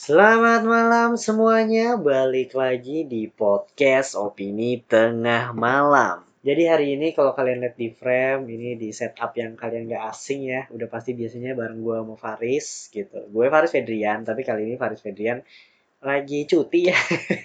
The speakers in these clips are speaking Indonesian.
Selamat malam semuanya, balik lagi di podcast Opini Tengah Malam. Jadi hari ini kalau kalian lihat di frame, ini di setup yang kalian gak asing ya. Udah pasti biasanya bareng gue sama Faris gitu. Gue Faris Fedrian, tapi kali ini Faris Fedrian lagi cuti ya.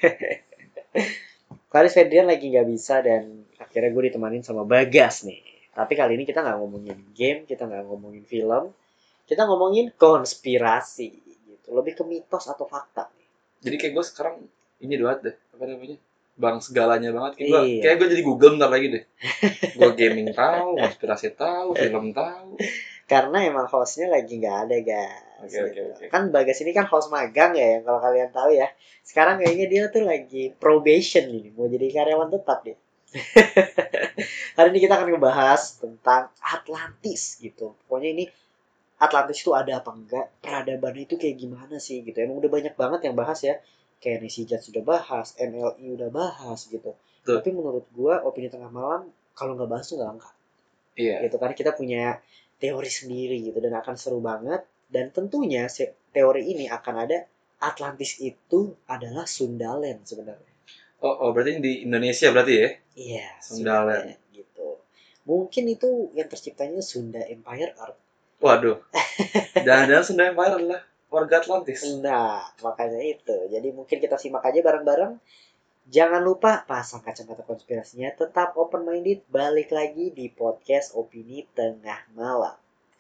Faris Fedrian lagi gak bisa dan akhirnya gue ditemanin sama Bagas nih. Tapi kali ini kita gak ngomongin game, kita gak ngomongin film, kita ngomongin konspirasi gitu. Lebih ke mitos atau fakta. Jadi kayak gue sekarang ini doang deh, apa namanya, bang segalanya banget. Iya. Kayak gue jadi Google bentar lagi deh. Gue gaming tahu, konspirasi tahu, film tahu. Karena emang hostnya lagi nggak ada guys. Oke. Kan Bagas ini kan host magang ya, yang kalau kalian tahu ya. Sekarang kayaknya dia tuh lagi probation nih, mau jadi karyawan tetap dia. Hari ini kita akan ngebahas tentang Atlantis gitu. Pokoknya ini Atlantis itu ada apa enggak, peradaban itu kayak gimana sih gitu. Emang udah banyak banget yang bahas ya. Kayak Nisijat sudah bahas, MLI udah bahas gitu. Tuh. Tapi menurut gua opini tengah malam kalau nggak bahas tuh nggak lengkap. Iya. Gitu karena kita punya teori sendiri gitu dan akan seru banget. Dan tentunya teori ini akan ada Atlantis itu adalah Sundaland sebenarnya. Oh, berarti di Indonesia berarti ya? Iya, Sundaland. gitu. Mungkin itu yang terciptanya Sunda Empire Earth. Waduh. Jangan-jangan Sunda Empire adalah warga Atlantis. Nah, makanya itu. Jadi mungkin kita simak aja bareng-bareng. Jangan lupa pasang kacamata konspirasinya. Tetap open minded. Balik lagi di podcast Opini Tengah Malam.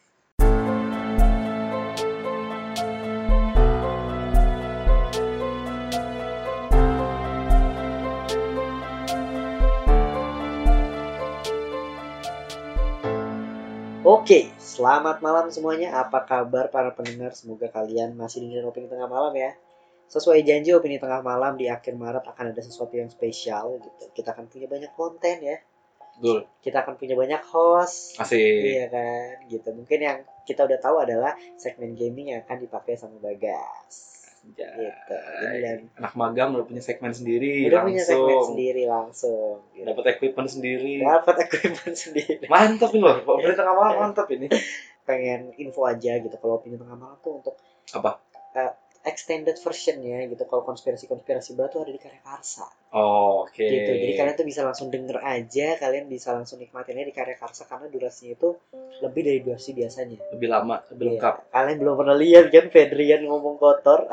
Oke, selamat malam semuanya. Apa kabar para pendengar? Semoga kalian masih dengerin Opini Tengah Malam ya. Sesuai janji Opini Tengah Malam di akhir Maret akan ada sesuatu yang spesial gitu. Kita akan punya banyak konten ya. Betul. Kita akan punya banyak host. Asik. Iya kan, gitu. Mungkin yang kita udah tahu adalah segmen gaming yang akan dipakai sama Bagas. Ya, Gitu. Jadi dan anak magang udah punya segmen sendiri, udah langsung punya segmen sendiri langsung. Gitu. dapat equipment sendiri. Dapat equipment sendiri. Mantap ini loh, Opini Tengah Malam mantap ini. Pengen info aja gitu kalau Opini Tengah Malam tuh untuk Apa? Extended versionnya gitu. Kalau konspirasi berat tuh ada di Karya Karsa. Oh, oke. Gitu. Jadi kalian tuh bisa langsung denger aja, kalian bisa langsung nikmatinnya di Karya Karsa karena durasinya itu lebih dari durasi biasanya. Lebih lama, lebih lengkap. Kalian belum pernah lihat kan Fedrian ngomong kotor.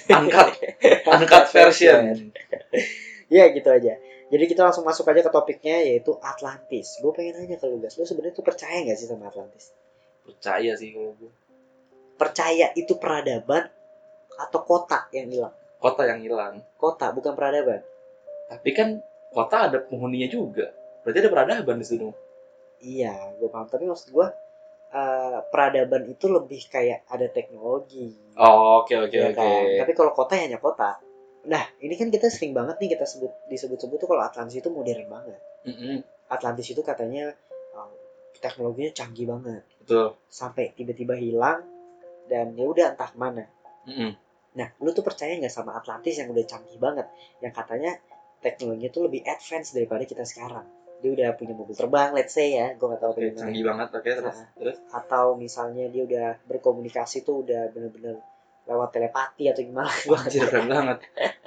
Uncut version. Ya gitu aja. Jadi kita langsung masuk aja ke topiknya yaitu Atlantis. Gue pengen nanya ke lu guys, lu sebenarnya tuh percaya nggak sih sama Atlantis? Percaya sih kalau gue. Percaya itu peradaban atau kota yang hilang? Kota yang hilang. Kota bukan peradaban. Tapi kan kota ada penghuninya juga. Berarti ada peradaban di situ. Iya, gue paham. Tapi maksud gue peradaban itu lebih kayak ada teknologi. Oh, oke. Ya kan? Tapi kalau kota hanya kota. Nah, ini kan kita sering banget nih kita disebut-sebut tuh kalau Atlantis itu modern banget. Atlantis itu katanya teknologinya canggih banget. Betul. Sampai tiba-tiba hilang dan ya udah entah kemana. Nah, lu tuh percaya nggak sama Atlantis yang udah canggih banget? Yang katanya teknologinya tuh lebih advance daripada kita sekarang. Dia udah punya mobil terbang, let's say ya. Gue nggak tahu Oke, canggih banget. Oke, terus. Atau misalnya dia udah berkomunikasi tuh udah bener-bener lewat telepati atau gimana. Anjir, keren banget.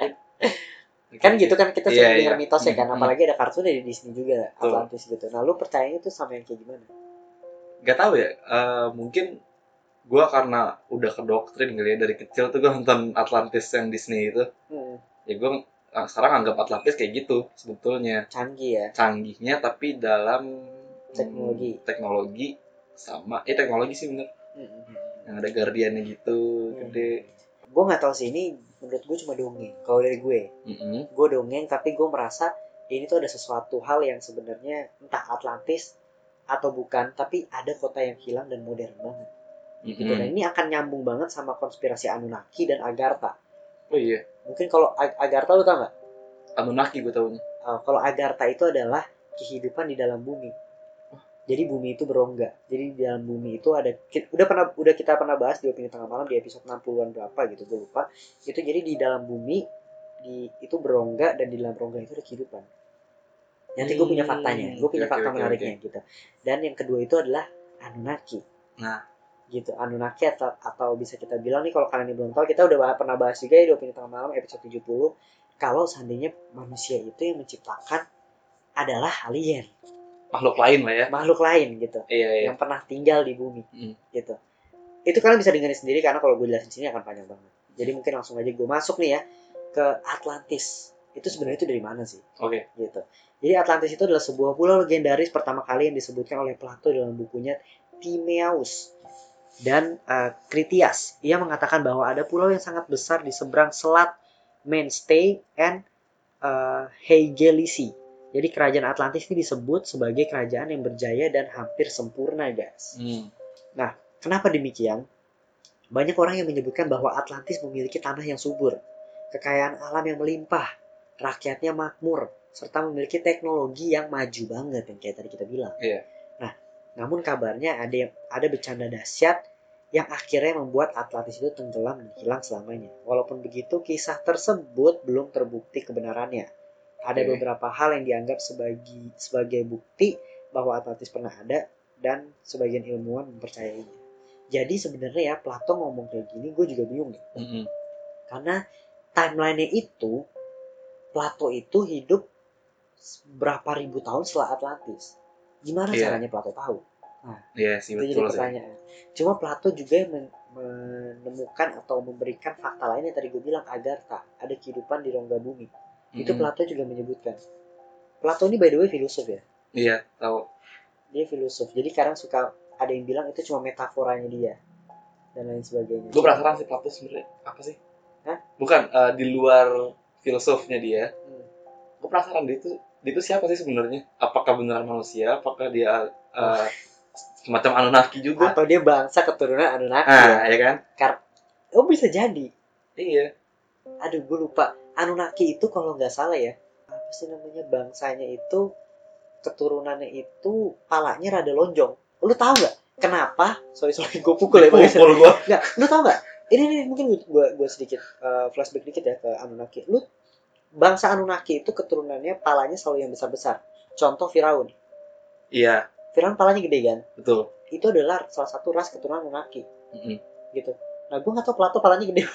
Kan gitu kan kita sering dengar mitos ya kan. Mm-hmm. Apalagi ada kartun dari Disney juga, Atlantis gitu. Nah, lu percayanya tuh sama yang kayak gimana? Gak tahu ya. Mungkin gue karena udah kedoktrin kali ya dari kecil tuh gue nonton Atlantis yang Disney itu. Ya gue sekarang anggap Atlantis kayak gitu sebetulnya. Canggih ya. Canggihnya tapi dalam teknologi sama teknologi sih bener. Yang ada guardiannya gitu gede. Gue nggak tahu sih, ini menurut gue cuma dongeng. Kalau dari gue, gue dongeng tapi gue merasa ini tuh ada sesuatu hal yang sebenarnya entah Atlantis atau bukan, tapi ada kota yang hilang dan modern banget. Gitu. Dan ini akan nyambung banget sama konspirasi Anunnaki dan Agartha. Oh iya. Mungkin kalau Agartha lu tau nggak? Anunnaki gue tahunya. Kalau Agartha itu adalah kehidupan di dalam bumi. Jadi bumi itu berongga. Jadi di dalam bumi itu ada udah kita pernah bahas di Opini Tengah Malam di episode 60-an berapa gitu, gue lupa. Itu jadi di dalam bumi itu berongga dan di dalam rongga itu ada kehidupan. Nanti gue punya faktanya. Gue punya fakta menariknya gitu. Dan yang kedua itu adalah Anunnaki. Nah, gitu. Anunnaki atau bisa kita bilang nih, kalau kalian belum tahu, kita udah pernah bahas juga ya di Opini Tengah Malam episode 70, kalau seandainya manusia itu yang menciptakan adalah alien, Makhluk lain lah ya. makhluk lain gitu, Iya. yang pernah tinggal di bumi gitu. Itu kalian bisa dengerin sendiri, karena kalau gue jelasin sini akan panjang banget. Jadi mungkin langsung aja gue masuk nih ya ke Atlantis. Itu sebenarnya itu dari mana sih? Oke. Gitu. Jadi Atlantis itu adalah sebuah pulau legendaris pertama kali yang disebutkan oleh Plato dalam bukunya Timaeus dan Critias. Ia mengatakan bahwa ada pulau yang sangat besar di seberang selat Mainstay and Hegelici. Jadi kerajaan Atlantis ini disebut sebagai kerajaan yang berjaya dan hampir sempurna, guys. Nah, kenapa demikian? Banyak orang yang menyebutkan bahwa Atlantis memiliki tanah yang subur, kekayaan alam yang melimpah, rakyatnya makmur, serta memiliki teknologi yang maju banget, yang kayak tadi kita bilang. Iya. Nah, namun kabarnya ada bencana dahsyat yang akhirnya membuat Atlantis itu tenggelam dan hilang selamanya. Walaupun begitu, kisah tersebut belum terbukti kebenarannya. Ada beberapa hal yang dianggap sebagai bukti bahwa Atlantis pernah ada, dan sebagian ilmuwan mempercayainya. Jadi sebenarnya ya, Plato ngomong kayak gini gue juga bingung nih. Karena timeline-nya itu, Plato itu hidup berapa ribu tahun setelah Atlantis. Gimana caranya Plato tahu? Nah, sih, itu jadi pertanyaan. Cuma Plato juga menemukan atau memberikan fakta lain yang tadi gue bilang, agar tak ada kehidupan di rongga bumi. Itu Plato juga menyebutkan. Plato ini by the way filosof ya? Iya, tahu. Dia filosof. Jadi kadang suka ada yang bilang itu cuma metaforanya dia dan lain sebagainya. Gue penasaran sih Plato sebenarnya apa sih? Hah? Bukan di luar filosofnya dia. Gue penasaran dia itu siapa sih sebenarnya? Apakah beneran manusia? Apakah dia semacam Anunnaki juga? Atau dia bangsa keturunan Anunnaki? Ya kan? Oh, bisa jadi. Iya. Aduh, gue lupa. Anunnaki itu kalau nggak salah ya, apa sih namanya, bangsanya itu, keturunannya itu palanya rada lonjong. Lu tahu nggak kenapa? Sorry gue pukul ya. Pukul gue. Nggak, lu tahu nggak? Ini mungkin gue sedikit flashback dikit ya ke Anunnaki. Lu, bangsa Anunnaki itu keturunannya palanya selalu yang besar-besar. Contoh Firaun. Iya. Firaun palanya gede kan? Betul. Itu adalah salah satu ras keturunan Anunnaki. Gitu. Nah, gue nggak tahu Plato palanya gede.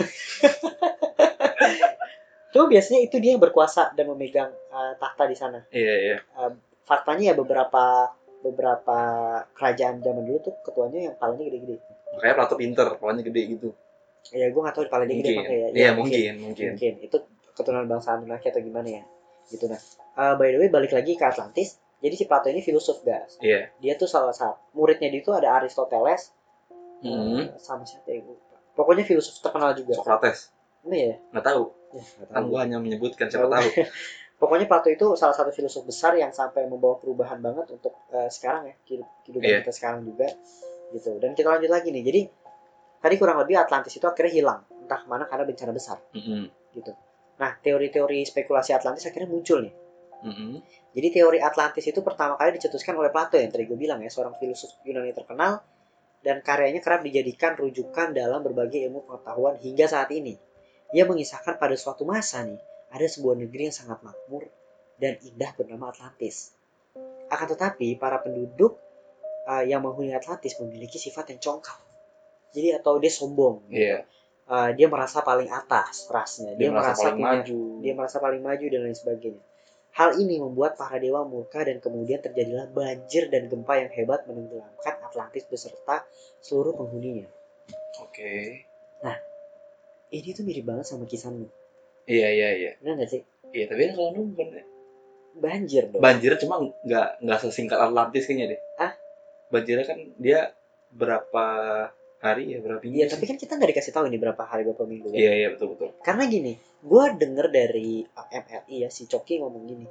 Cuma biasanya itu dia yang berkuasa dan memegang tahta di sana. Iya. Faktanya ya beberapa kerajaan zaman dulu tuh ketuanya yang palanya gede-gede. Makanya Plato pinter, palanya gede gitu. Ya gue nggak tahu palanya gede apa kayak. Iya, mungkin. Itu keturunan bangsa Anunnaki atau gimana ya. Gitu. Nah, by the way, balik lagi ke Atlantis. Jadi si Plato ini filosof, guys. Iya. Dia tuh salah satu muridnya, dia tuh ada Aristoteles. Sama siapa ya, gue lupa. Pokoknya filosof terkenal juga. Socrates. Ini ya? Nggak tahu. Ya, kan gue hanya menyebutkan, siapa tahu. Pokoknya Plato itu salah satu filosof besar yang sampai membawa perubahan banget untuk sekarang ya, kehidupan kita sekarang juga gitu. Dan kita lanjut lagi nih. Jadi tadi kurang lebih Atlantis itu akhirnya hilang, entah kemana karena bencana besar. Gitu. Nah, teori-teori spekulasi Atlantis akhirnya muncul nih. Jadi teori Atlantis itu pertama kali dicetuskan oleh Plato, yang tadi gue bilang ya, seorang filosof Yunani terkenal, dan karyanya kerap dijadikan rujukan dalam berbagai ilmu pengetahuan hingga saat ini. Ia mengisahkan pada suatu masa nih, ada sebuah negeri yang sangat makmur dan indah bernama Atlantis. Akan tetapi, para penduduk yang menghuni Atlantis memiliki sifat yang congkak. Jadi atau dia sombong. Gitu. Dia merasa paling atas rasnya. Dia merasa paling maju dan lain sebagainya. Hal ini membuat para dewa murka dan kemudian terjadilah banjir dan gempa yang hebat menenggelamkan Atlantis beserta seluruh penghuninya. Oke. Nah, ini tuh mirip banget sama kisah Nuh. Iya. Benar nggak sih? Iya, tapi kalau Nuh banjir dong. Banjirnya cuma nggak sesingkat Atlantis kayaknya deh. Banjirnya kan dia berapa hari ya, berapa minggu? Iya, tapi kan kita nggak dikasih tahu ini berapa hari, berapa minggu kan? Iya, betul. Karena gini, gue denger dari MLI ya, si Coki ngomong gini,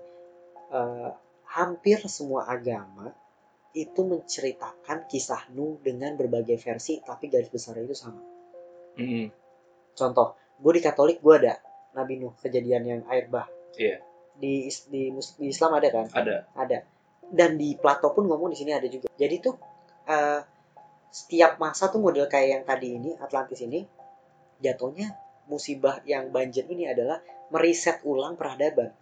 hampir semua agama itu menceritakan kisah Nuh dengan berbagai versi, tapi garis besarnya itu sama. Contoh, gue di Katolik gue ada Nabi Nuh, kejadian yang air bah. Iya. Di Islam ada kan? Ada. Dan di Plato pun ngomong di sini ada juga. Jadi tuh setiap masa tuh model kayak yang tadi ini, Atlantis ini, jatuhnya musibah yang banjir ini adalah meriset ulang peradaban.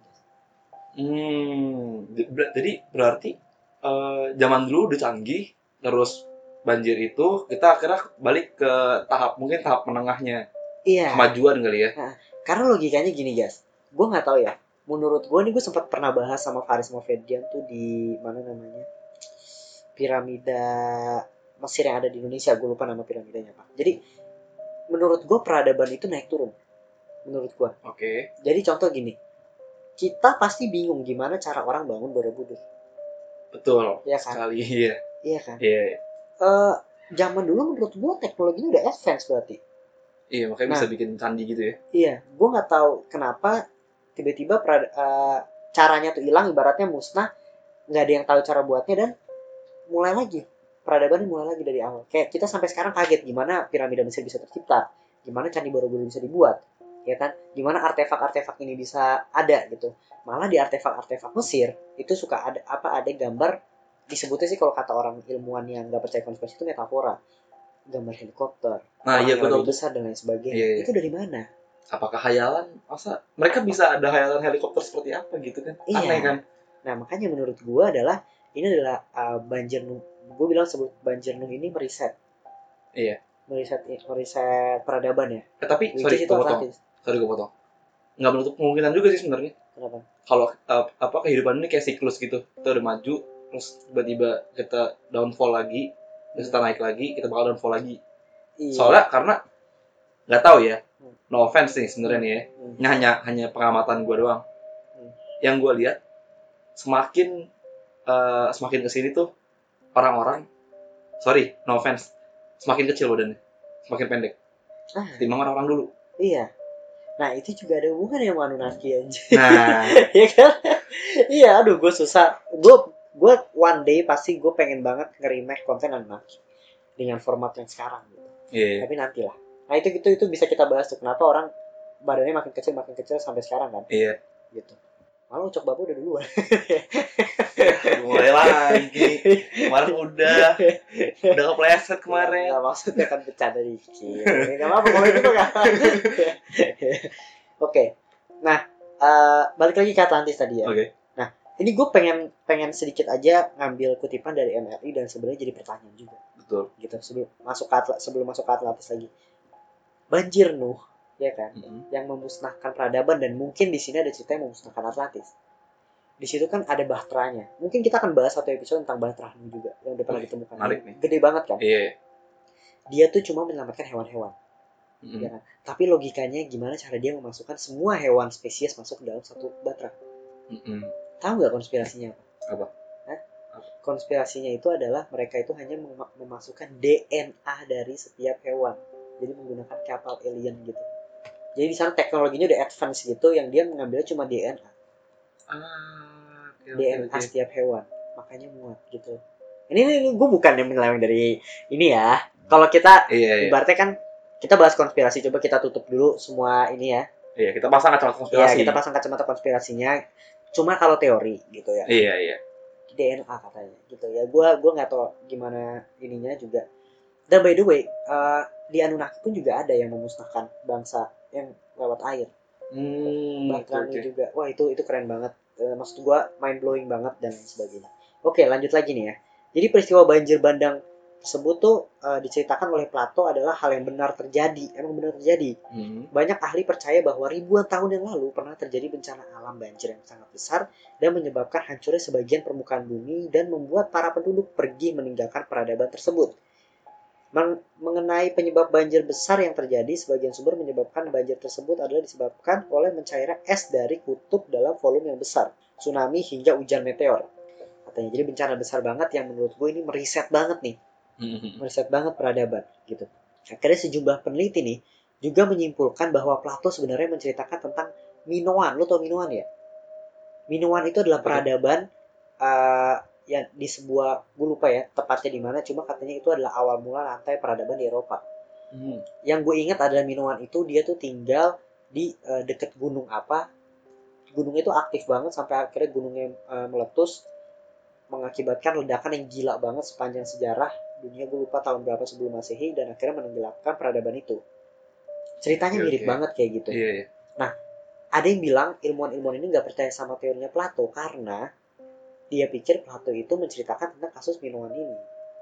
Jadi berarti zaman dulu udah canggih, terus banjir itu kita akhirnya balik ke mungkin tahap menengahnya, Iya. kemajuan kali ya. Nah, karena logikanya gini guys, gue nggak tahu ya. Menurut gue nih, gue sempat pernah bahas sama Faris Movedian tuh di mana namanya, piramida Mesir yang ada di Indonesia. Gue lupa nama piramidanya apa. Jadi menurut gue peradaban itu naik turun. Menurut gue. Oke. Jadi contoh gini, kita pasti bingung gimana cara orang bangun Borobudur. Betul. Iya kan? Sekali iya. Iya kan? Iya. Zaman dulu menurut gue teknologinya udah advance berarti. Iya, makanya bisa bikin candi gitu ya. Iya, gue nggak tahu kenapa tiba-tiba caranya tuh hilang, ibaratnya musnah, nggak ada yang tahu cara buatnya, dan mulai lagi peradaban mulai lagi dari awal. Kayak kita sampai sekarang kaget gimana piramida Mesir bisa tercipta, gimana candi Borobudur bisa dibuat, ya kan? Gimana artefak-artefak ini bisa ada gitu. Malah di artefak-artefak Mesir itu suka ada gambar, disebutnya sih kalau kata orang ilmuwan yang nggak percaya konspirasi itu metafora, gambar helikopter, Nah, orang iya yang betul. lebih besar dan lain sebagainya. Iya. Itu dari mana? Apakah hayalan? Masa mereka bisa ada hayalan helikopter seperti apa gitu kan? Iya. Aneh kan? Nah, makanya menurut gue adalah ini adalah banjir Nuh. Gue bilang sebut banjir Nuh ini meriset. Iya. Meriset peradaban ya. Tapi Sorry gue potong. Nggak menutup kemungkinan juga sih sebenarnya. Kenapa? Kalau kehidupan ini kayak siklus gitu. Kita udah maju, terus tiba-tiba kita downfall lagi, terus kita naik lagi, kita bakal downfall lagi. Iya. Soalnya karena nggak tahu ya, no offense nih sebenarnya nih ya, ini hanya pengamatan gue doang. Yang gue lihat semakin kesini tuh orang-orang, sorry no offense, semakin kecil badannya, semakin pendek ketimbang orang-orang dulu. Iya. Nah itu juga ada hubungan sama Anunnaki aja. Nah, ya kan? Iya, aduh gue susah. Gue one day pasti gue pengen banget nge-remake konten Anunnaki dengan format yang sekarang gitu. Yeah. Tapi nantilah. Nah itu bisa kita bahas tuh, kenapa orang badannya makin kecil sampai sekarang kan? Iya. Gitu. Malu Cok Babu udah duluan. Mulai lagi. Kemarin udah kepleset kemarin. Nggak, maksudnya kan bercanda dikit. Nggak apa-apa, boleh juga kan? Oke. Nah, balik lagi ke Atlantis tadi ya. Oke. Nah, ini gue pengen sedikit aja ngambil kutipan dari MRI dan sebenarnya jadi pertanyaan juga. Betul. Gitu sebelum masuk ke Atlantis lagi. Banjir Nuh, ya kan? Yang memusnahkan peradaban, dan mungkin di sini ada cerita yang memusnahkan Atlantis. Di situ kan ada bahteranya. Mungkin kita akan bahas satu episode tentang bahtera Nuh juga yang udah pernah ditemukan. Gede banget kan? Iya. Dia tuh cuma menyelamatkan hewan-hewan. Ya kan? Tapi logikanya gimana cara dia memasukkan semua hewan spesies masuk dalam satu bahtera? Tahu nggak konspirasinya apa? Konspirasinya itu adalah mereka itu hanya memasukkan DNA dari setiap hewan. Jadi menggunakan kapal alien gitu. Jadi di sana teknologinya udah advance gitu, yang dia mengambil cuma DNA. DNA setiap hewan. Makanya muat gitu. Ini gue bukan yang menyeleweng dari ini ya. Kalau kita ibaratnya kan kita bahas konspirasi, coba kita tutup dulu semua ini ya. Iya, kita pasang kacamata konspirasi. Iya, kita pasang kacamata konspirasinya. Cuma kalau teori gitu ya. Iya. DNA katanya gitu ya. Gue nggak tahu gimana ininya juga. Dan by the way, di Anunnaki pun juga ada yang memusnahkan bangsa yang lewat air. Bahkan juga. Wah, itu keren banget. Maksud gue mind blowing banget dan sebagainya. Oke, lanjut lagi nih ya. Jadi peristiwa banjir bandang tersebut tuh diceritakan oleh Plato adalah hal yang benar terjadi. Emang benar terjadi. Banyak ahli percaya bahwa ribuan tahun yang lalu pernah terjadi bencana alam banjir yang sangat besar dan menyebabkan hancurnya sebagian permukaan bumi dan membuat para penduduk pergi meninggalkan peradaban tersebut. Mengenai penyebab banjir besar yang terjadi, sebagian sumber menyebabkan banjir tersebut adalah disebabkan oleh mencairnya es dari kutub dalam volume yang besar, tsunami hingga hujan meteor. Katanya jadi bencana besar banget yang menurut gue ini meriset banget nih. Meriset banget peradaban gitu. Akhirnya sejumlah peneliti nih juga menyimpulkan bahwa Plato sebenarnya menceritakan tentang Minoan. Lo tau Minoan ya? Minoan itu adalah peradaban ya di sebuah, gue lupa ya tepatnya di mana, cuma katanya itu adalah awal mula rantai peradaban di Eropa. Yang gue ingat adalah Minoan itu dia tuh tinggal di dekat gunung apa. Gunung itu aktif banget sampai akhirnya gunungnya meletus, mengakibatkan ledakan yang gila banget sepanjang sejarah dunia. Gue lupa tahun berapa sebelum Masehi, dan akhirnya menenggelamkan peradaban itu. Ceritanya mirip banget kayak gitu. Nah, ada yang bilang ilmuwan-ilmuwan ini nggak percaya sama teorinya Plato karena dia pikir Plato itu menceritakan tentang kasus Minoan ini.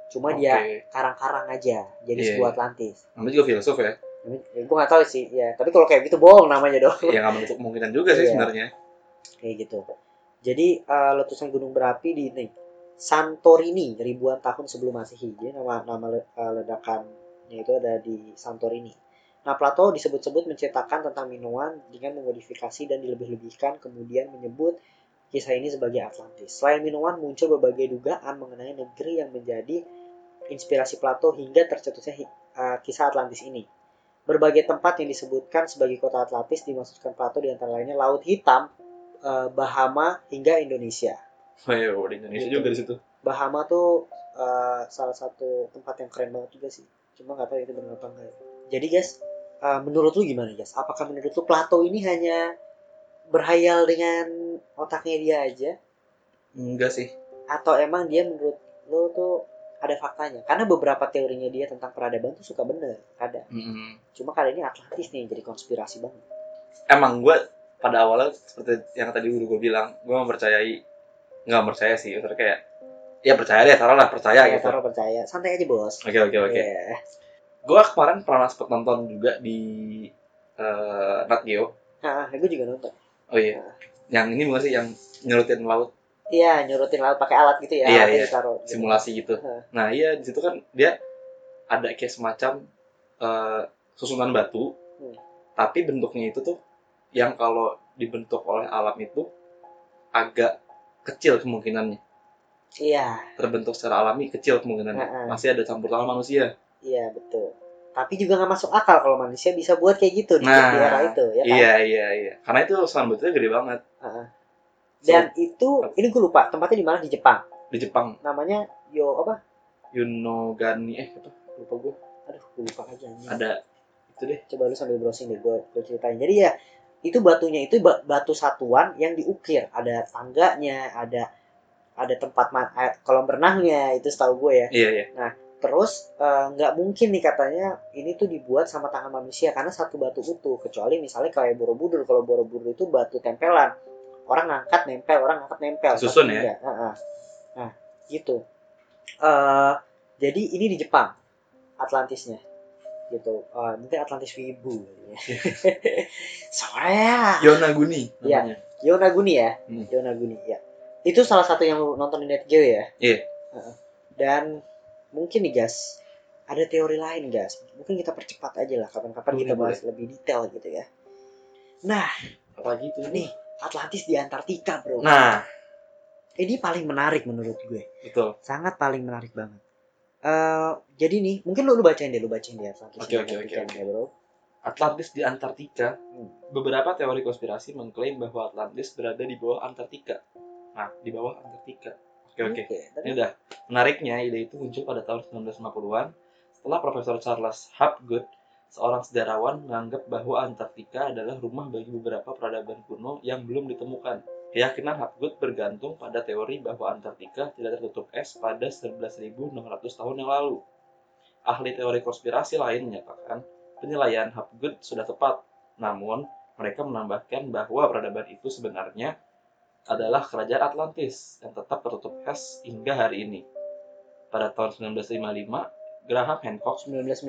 Cuma Oke. dia karang-karang aja jadi Iya, sebuah iya. Atlantis. Namanya juga filsuf ya. Gue nggak tahu sih ya, tapi kalau kayak gitu bohong namanya dong. Ya nggak menutup kemungkinan juga sih Iya. sebenarnya. Kayak gitu. Jadi letusan gunung berapi di ini Santorini ribuan tahun sebelum Masehi. Jadi nama ledakannya itu ada di Santorini. Nah, Plato disebut-sebut menceritakan tentang Minoan dengan memodifikasi dan dilebih-lebihkan, kemudian menyebut kisah ini sebagai Atlantis. Selain Minoan, muncul berbagai dugaan mengenai negeri yang menjadi inspirasi Plato hingga tercetusnya kisah Atlantis ini. Berbagai tempat yang disebutkan sebagai kota Atlantis dimaksudkan Plato, di antara lainnya Laut Hitam, Bahama hingga Indonesia. Oh iya, di Indonesia Gitu. juga di situ. Bahama tuh salah satu tempat yang keren banget juga sih. Cuma nggak tahu itu benar apa enggak. Jadi guys, menurut lu gimana guys? Apakah menurut lu Plato ini hanya berhayal dengan otaknya dia aja? Enggak sih. Atau emang dia menurut lu tuh ada faktanya? Karena beberapa teorinya dia tentang peradaban tuh suka bener, ada. Cuma kali ini Atlantis nih jadi konspirasi banget. Emang gue pada awalnya seperti yang tadi gue bilang, gue nggak percaya sih, terus kayak ya percaya deh, taruhlah percaya Ya, gitu. taruh percaya, santai aja bos. Oke. Yeah. Gue kemarin pernah sempet nonton juga di Nat Geo. Nah, gue juga nonton. Oh iya, yang ini bukan sih yang nyelutin laut? Iya, nyurutin laut pakai alat gitu ya. Iya. Ditaruh, gitu. Simulasi gitu. Nah iya, di situ kan dia ada kayak semacam susunan batu, tapi bentuknya itu tuh yang kalau dibentuk oleh alam itu agak kecil kemungkinannya. Iya. Terbentuk secara alami kecil kemungkinannya. Masih ada campur tangan manusia. Iya, betul. Tapi juga nggak masuk akal kalau manusia bisa buat kayak gitu di era itu, ya kan? Iya. Karena itu susunan batunya gede banget. Dan itu, ini gue lupa tempatnya di mana, di Jepang. Di Jepang. Namanya Yonogani apa? Lupa gue. Aduh, gue lupa aja. Ada itu deh. Coba lu sambil browsing deh, gue ceritain. Jadi ya, itu batunya itu batu satuan yang diukir. Ada tangganya, ada tempat kolam renangnya, itu setahu gue ya. Iya. Nah, terus nggak mungkin nih katanya ini tuh dibuat sama tangan manusia karena satu batu utuh, kecuali misalnya kayak Borobudur. Kalau Borobudur itu batu tempelan, orang ngangkat nempel susun ya. Nah gitu. Jadi ini di Jepang Atlantisnya gitu. Mungkin Atlantis Wibu soalnya Yonaguni namanya. Yonaguni ya. Yonaguni ya. Itu salah satu yang nonton di Net Geo ya. Iya. Dan mungkin nih guys, ada teori lain guys. Mungkin kita percepat aja lah, kapan-kapan kita bahas lebih detail gitu ya. Nah, apalagi itu nih Atlantis di Antartika bro. Nah, ini paling menarik menurut gue. Betul. Sangat paling menarik banget. Jadi nih, mungkin lu bacain deh Atlantis di Antartika bro. Atlantis di Antartika. Beberapa teori konspirasi mengklaim bahwa Atlantis berada di bawah Antartika. Nah, di bawah Antartika. Oke. Ini udah. Menariknya, ide itu muncul pada tahun 1950-an setelah Profesor Charles Hapgood, seorang sejarawan, menganggap bahwa Antartika adalah rumah bagi beberapa peradaban kuno yang belum ditemukan. Keyakinan Hapgood bergantung pada teori bahwa Antartika tidak tertutup es pada 11.600 tahun yang lalu. Ahli teori konspirasi lain menyatakan penilaian Hapgood sudah tepat, namun mereka menambahkan bahwa peradaban itu sebenarnya adalah kerajaan Atlantis yang tetap tertutup es hingga hari ini. Pada tahun 1955, Graham Hancock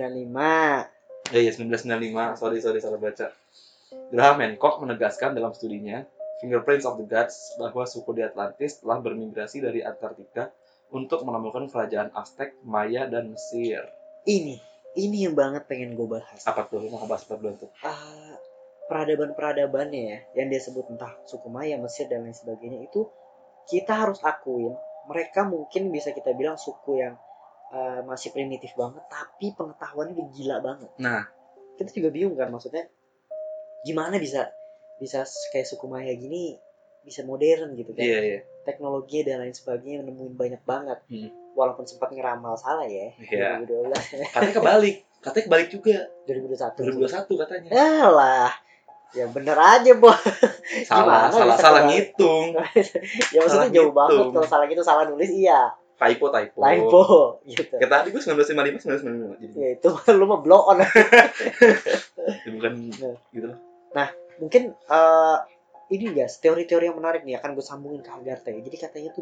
1995, sorry salah baca. Graham Hancock menegaskan dalam studinya Fingerprints of the Gods bahwa suku di Atlantis telah bermigrasi dari Antartika untuk menemukan kerajaan Aztec, Maya, dan Mesir. Ini yang banget pengen gue bahas. Apa tuh? Lu mau bahas apa dulu tuh? Peradaban-peradabannya ya, yang dia sebut entah suku Maya, Mesir, dan lain sebagainya, itu kita harus akuin mereka mungkin bisa kita bilang suku yang masih primitif banget, tapi pengetahuannya udah gila banget. Nah, kita juga bingung kan, maksudnya gimana bisa kayak suku Maya gini bisa modern gitu kan. Iya. Teknologi dan lain sebagainya nemuin banyak banget. Walaupun sempat ngeramal salah ya. Iya. 2012. Katanya kebalik juga. 2021 katanya. Lah. Ya bener aja, Bos. Salah ngitung. Ya maksudnya jauh banget kalau salah gitu, salah nulis iya. Typo gitu. Kayak tadi gue 1955 jadi. Ya itu lu mah blow on. Bukan gitu loh. Nah, mungkin ini guys, teori-teori yang menarik nih akan gue sambungin ke Agartha ya. Jadi katanya tuh di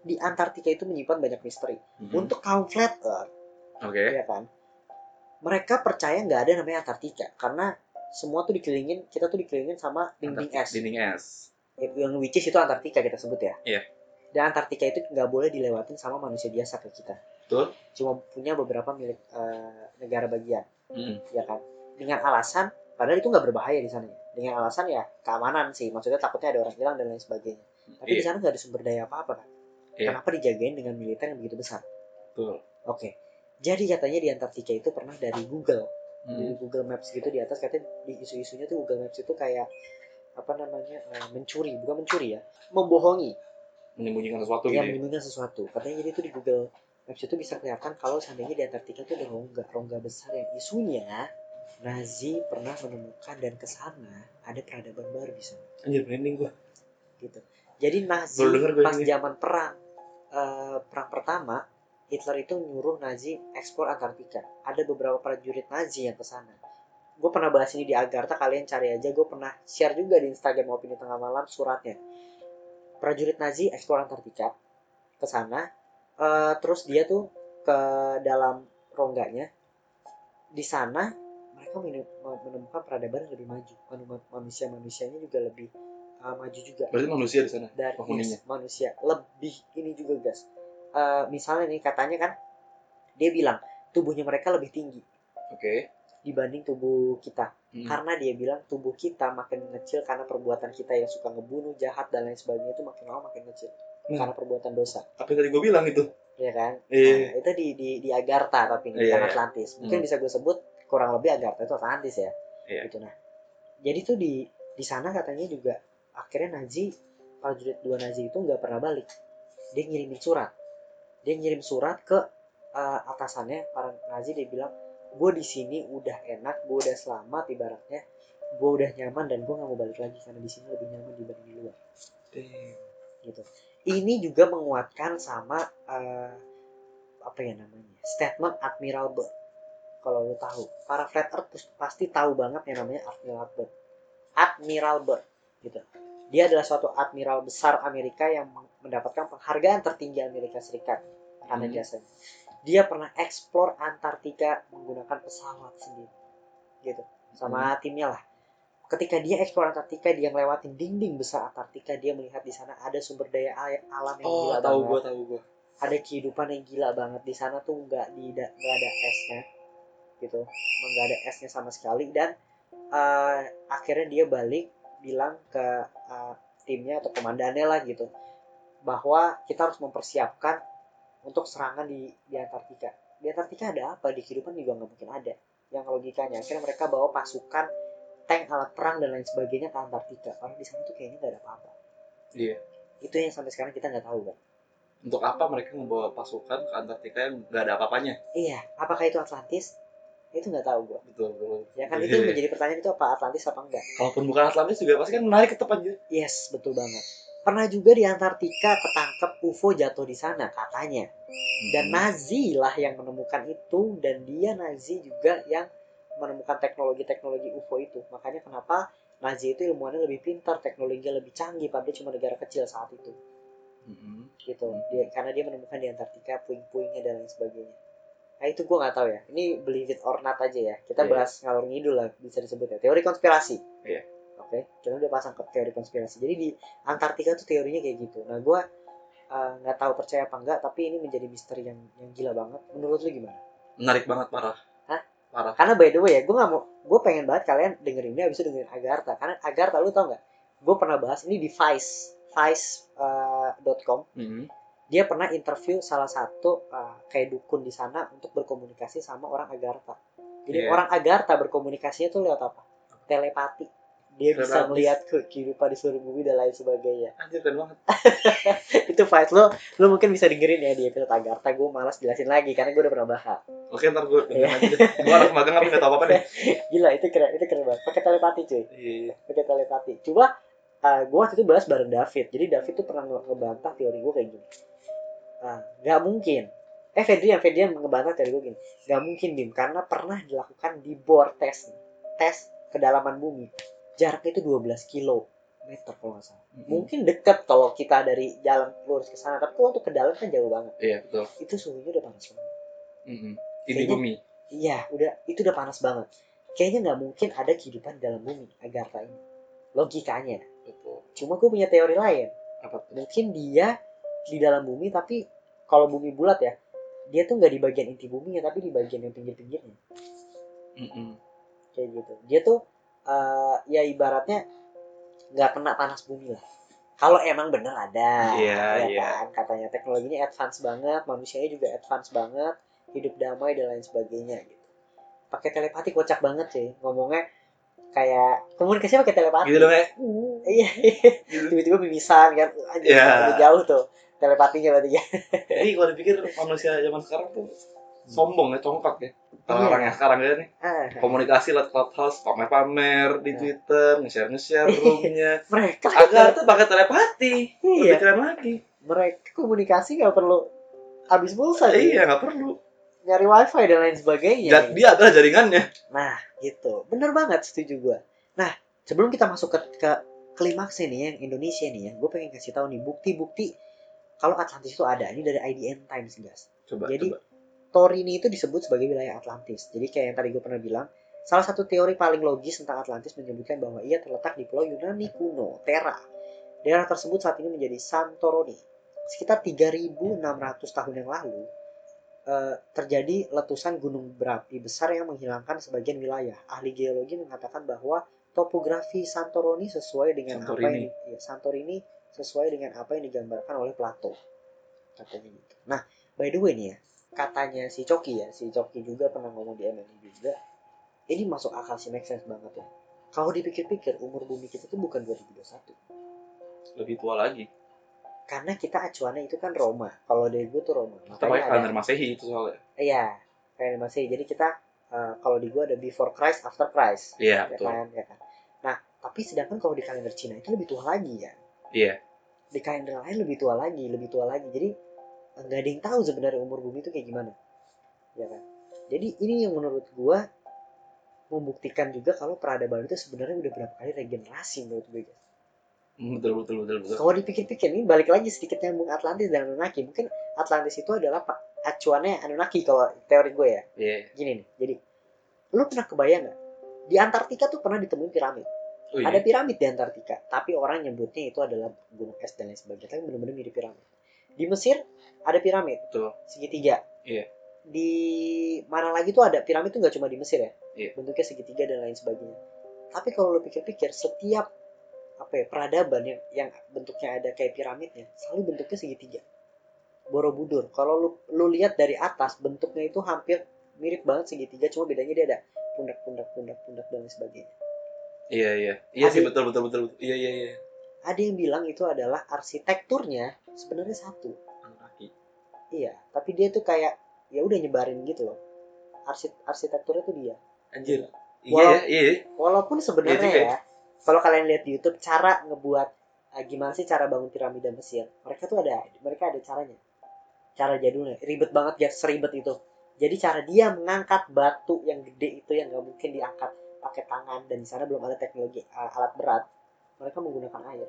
di Antartika itu menyimpan banyak misteri. Untuk kaum flat earth, ya kan, mereka percaya nggak ada namanya Antartika karena semua tuh kita tuh dikelilingin sama dinding es. Yang which is itu Antartika kita sebut ya. Iya. Dan Antartika itu nggak boleh dilewatin sama manusia biasa ke kita. Betul. Cuma punya beberapa milik negara bagian, ya kan. Dengan alasan, padahal itu nggak berbahaya di sana ya. Dengan alasan ya keamanan sih, maksudnya takutnya ada orang hilang dan lain sebagainya. Tapi di sana nggak ada sumber daya apa-apa kan. Kenapa dijagain dengan militer yang begitu besar? Betul. Oke. Jadi katanya di Antartika itu pernah dari Google, di Google Maps gitu di atas katanya di isu-isunya tuh Google Maps itu kayak apa namanya bukan mencuri ya, membohongi, menyembunyikan sesuatu ya, gitu. Menyembunyikan sesuatu. Katanya jadi itu di Google Maps itu bisa kelihatan kalau seandainya di Antartika itu ada rongga besar yang isunya Nazi pernah menemukan dan kesana ada peradaban baru di sana. Anjir, merinding gua. Gitu. Jadi Nazi pas zaman perang pertama, Hitler itu nyuruh Nazi ekspor Antartika. Ada beberapa prajurit Nazi yang kesana. Gue pernah bahas ini di Agartha, kalian cari aja. Gue pernah share juga di Instagram Opini Tengah Malam suratnya. Prajurit Nazi ekspor Antartika ke sana, terus dia tuh ke dalam rongganya. Di sana mereka menemukan peradaban yang lebih maju. Manusianya juga lebih maju juga. Berarti manusia di sana? Dan yes, manusia lebih ini juga guys. Misalnya nih katanya kan dia bilang tubuhnya mereka lebih tinggi. Dibanding tubuh kita. Karena dia bilang tubuh kita makin kecil karena perbuatan kita yang suka ngebunuh, jahat dan lain sebagainya itu makin lama makin kecil. Karena perbuatan dosa. Apa yang tadi gue bilang itu? Iya kan? Nah, itu di Agartha tapi ini bukan Atlantis. Mungkin bisa gue sebut kurang lebih Agartha itu Atlantis ya. Gitu nah. Jadi tuh di sana katanya juga akhirnya Nazi, prajurit 2 Nazi itu nggak pernah balik. Dia ngirim surat ke atasannya para Nazi. Dia bilang, gue di sini udah enak, gue udah selamat ibaratnya, gue udah nyaman dan gue nggak mau balik lagi karena di sini lebih nyaman dibanding di luar. Gitu. Ini juga menguatkan sama apa ya namanya statement Admiral Byrd. Kalau lo tahu, para flat earth pasti tahu banget yang namanya Admiral Byrd gitu. Dia adalah suatu admiral besar Amerika yang mendapatkan penghargaan tertinggi Amerika Serikat karena jasanya. Dia pernah eksplor Antartika menggunakan pesawat sendiri, gitu, sama timnya lah. Ketika dia eksplor Antartika, dia ngelewatin dinding besar Antartika, dia melihat di sana ada sumber daya alam yang gila banget. Tahu gue. Ada kehidupan yang gila banget di sana tuh, nggak ada esnya, gitu, nggak ada esnya sama sekali. Dan akhirnya dia balik bilang ke timnya atau komandannya lah gitu, bahwa kita harus mempersiapkan untuk serangan di Antartika. Di Antartika ada apa? Di kehidupan juga nggak mungkin ada yang logikanya. Akhirnya mereka bawa pasukan, tank, alat perang dan lain sebagainya ke Antartika karena di sana tuh kayaknya nggak ada apa-apa. Iya. Itu yang sampai sekarang kita nggak tahu kan. Untuk apa mereka membawa pasukan ke Antartika yang nggak ada apa-apanya? Iya, apakah itu Atlantis? Itu nggak tahu gua. Betul. Ya kan itu menjadi pertanyaan, itu apa Atlantis apa enggak? Kalaupun bukan Atlantis juga pasti kan menarik tetap aja. Yes, betul banget. Pernah juga di Antartika ketangkep UFO jatuh di sana katanya. Dan Nazi lah yang menemukan itu, dan dia Nazi juga yang menemukan teknologi UFO itu. Makanya kenapa Nazi itu ilmuannya lebih pintar, teknologinya lebih canggih, padahal cuma negara kecil saat itu. Gitu. Karena dia menemukan di Antartika puing-puingnya dan lain sebagainya. Nah itu gue nggak tahu ya. Ini believe it or not aja ya. Kita bahas ngalor ngidul lah, bisa disebut ya. Teori konspirasi. Oke. Kita udah pasang ke teori konspirasi. Jadi di Antartika tuh teorinya kayak gitu. Nah gue nggak tahu percaya apa enggak, tapi ini menjadi misteri yang gila banget. Menurut lu gimana? Menarik banget, parah. Hah? Parah. Karena by the way ya, gue pengen banget kalian dengerin ini, abis itu dengerin Agartha. Karena Agartha, lu tau nggak? Gue pernah bahas ini di Vice.com. Dia pernah interview salah satu kayak dukun di sana untuk berkomunikasi sama orang Agartha. Jadi orang Agartha berkomunikasinya tuh lewat apa? Telepati. Dia bisa melihat kehidupan di seluruh bumi dan lain sebagainya. Anjir, keren banget. Itu Vice, lo mungkin bisa dengerin ya di episode Agartha. Gue malas jelasin lagi karena gue udah pernah bahas. Oke, ntar gue dengerin aja deh. Gue anak magang tapi nggak tahu apa-apa nih. Gila, itu keren banget. Pakai telepati cuy. Pakai telepati. Coba gue waktu itu bahas bareng David. Jadi David tuh pernah ngebantah teori gue kayak gini. Nggak mungkin. Fedrian ngebantah teori gue gini. Nggak mungkin, Bim, karena pernah dilakukan di bor tes kedalaman bumi. Jaraknya itu 12 kilo. meter kalau nggak salah. Mungkin dekat kalau kita dari jalan lurus ke sana, tapi kalau untuk ke dalam kan jauh banget. Iya betul. Itu suhunya udah panas banget. Ini bumi. Iya, itu udah panas banget. Kayaknya nggak mungkin ada kehidupan di dalam bumi, Agartha ini. Logikanya. Betul. Cuma gue punya teori lain. Apa tuh? Mungkin dia di dalam bumi, tapi kalau bumi bulat ya, dia tuh nggak di bagian inti buminya, tapi di bagian yang pinggir-pinggirnya. Kayak gitu. Dia tuh ya ibaratnya nggak kena panas bumi lah. Kalau emang bener ada, kan? Katanya teknologinya advance banget, manusianya juga advance banget, hidup damai dan lain sebagainya gitu. Pakai telepati kocak banget sih, ngomongnya kayak komunikasi pakai telepati. Gitu dong ya? Iya. Tiba-tiba mimisan kan, udah jauh tuh telepatinya berarti ya. Jadi kalau dipikir manusia zaman sekarang tuh sombong ya, congkak ya. Orang-orang yang sekarang ya nih, komunikasi lewat Clubhouse, pamer-pamer di Twitter, nge-share roomnya. Mereka Agartha pakai telepati, lebih keren lagi. Mereka komunikasi nggak perlu habis pulsa. Iya, nggak perlu nyari wifi dan lain sebagainya. Dia adalah jaringannya. Nah, gitu. Bener banget, setuju gue. Nah, sebelum kita masuk ke klimaks ini yang Indonesia nih ya, gue pengen kasih tahu nih bukti-bukti kalau Atlantis itu ada. Ini dari IDN Times, guys. Jadi Torini itu disebut sebagai wilayah Atlantis. Jadi kayak yang tadi gue pernah bilang, salah satu teori paling logis tentang Atlantis menyebutkan bahwa ia terletak di pulau Yunani kuno, Terra. Daerah tersebut saat ini menjadi Santorini. Sekitar 3.600 tahun yang lalu, terjadi letusan gunung berapi besar yang menghilangkan sebagian wilayah. Ahli geologi mengatakan bahwa topografi Santorini sesuai dengan Santorini sesuai dengan apa yang digambarkan oleh Plato. Katanya gitu. Nah, by the way nih ya, katanya si Coki juga pernah ngomong di MNI juga. Ini masuk akal sih, make sense banget ya. Kalau dipikir-pikir umur bumi kita tuh bukan 2021. Lebih tua lagi. Karena kita acuannya itu kan Roma. Kalau dari gue tuh Roma. Kita pakai kalender Masehi itu soalnya. Iya, kalender Masehi. Jadi kita kalau di gue ada before Christ, after Christ. Iya, betul. Ya kan? Nah, tapi sedangkan kalau di kalender Cina itu lebih tua lagi ya. Iya. Di kalender lain lebih tua lagi. Jadi nggak ada yang tahu sebenarnya umur bumi itu kayak gimana. Ya kan? Jadi ini yang menurut gue membuktikan juga kalau peradaban itu sebenarnya udah berapa kali regenerasi menurut gue. Betul. Kalau dipikir-pikir nih, balik lagi sedikit nyambung Atlantis dan Anunnaki. Mungkin Atlantis itu adalah acuannya Anunnaki kalau teori gue ya. Gini nih, jadi lu pernah kebayang nggak? Di Antartika tuh pernah ditemuin piramid. Ada piramid di Antartika, tapi orang nyebutnya itu adalah gunung es dan lain sebagainya. Tapi benar-benar mirip piramid. Di Mesir ada piramid, segitiga. Di mana lagi tuh ada piramid tuh nggak cuma di Mesir ya. Bentuknya segitiga dan lain sebagainya. Tapi kalau lu pikir-pikir, setiap peradaban yang bentuknya ada kayak piramidnya selalu bentuknya segitiga. Borobudur, kalau lu lihat dari atas bentuknya itu hampir mirip banget segitiga, cuma bedanya dia ada pundak dan lain sebagainya. Iya sih, betul. Iya. Ada yang bilang itu adalah arsitekturnya sebenarnya satu. Iya, tapi dia tuh kayak ya udah nyebarin gitu loh. Arsitekturnya tuh dia. Anjir. Walaupun sebenarnya ya, kalau kalian lihat di YouTube cara ngebuat gimana sih cara bangun piramida Mesir, mereka ada caranya. Cara jadulnya ribet banget ya, seribet itu. Jadi cara dia mengangkat batu yang gede itu yang nggak mungkin diangkat pakai tangan, dan di sana belum ada teknologi alat berat, mereka menggunakan air.